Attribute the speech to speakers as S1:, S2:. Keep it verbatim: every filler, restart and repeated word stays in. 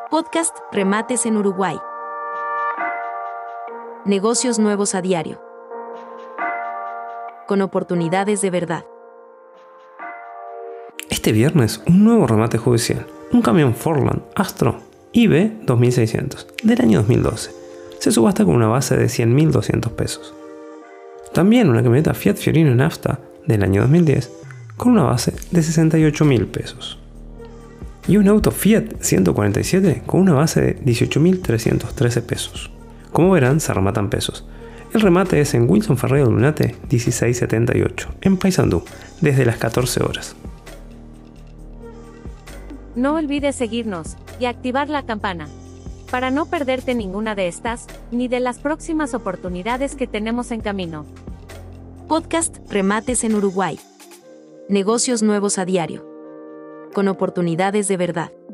S1: Podcast Remates en Uruguay. Negocios nuevos a diario. Con oportunidades de verdad.
S2: Este viernes, un nuevo remate judicial. Un camión Fordland Astro I B dos mil seiscientos del año dos mil doce. Se subasta con una base de cien mil doscientos pesos. También una camioneta Fiat Fiorino Nafta del año dos mil diez con una base de sesenta y ocho mil pesos. Y un auto Fiat ciento cuarenta y siete con una base de dieciocho mil trescientos trece pesos. Como verán, se rematan pesos. El remate es en Wilson Ferreiro Lunate dieciséis setenta y ocho, en Paysandú, desde las catorce horas.
S3: No olvides seguirnos y activar la campana para no perderte ninguna de estas, ni de las próximas oportunidades que tenemos en camino.
S1: Podcast Remates en Uruguay. Negocios nuevos a diario. Con oportunidades de verdad.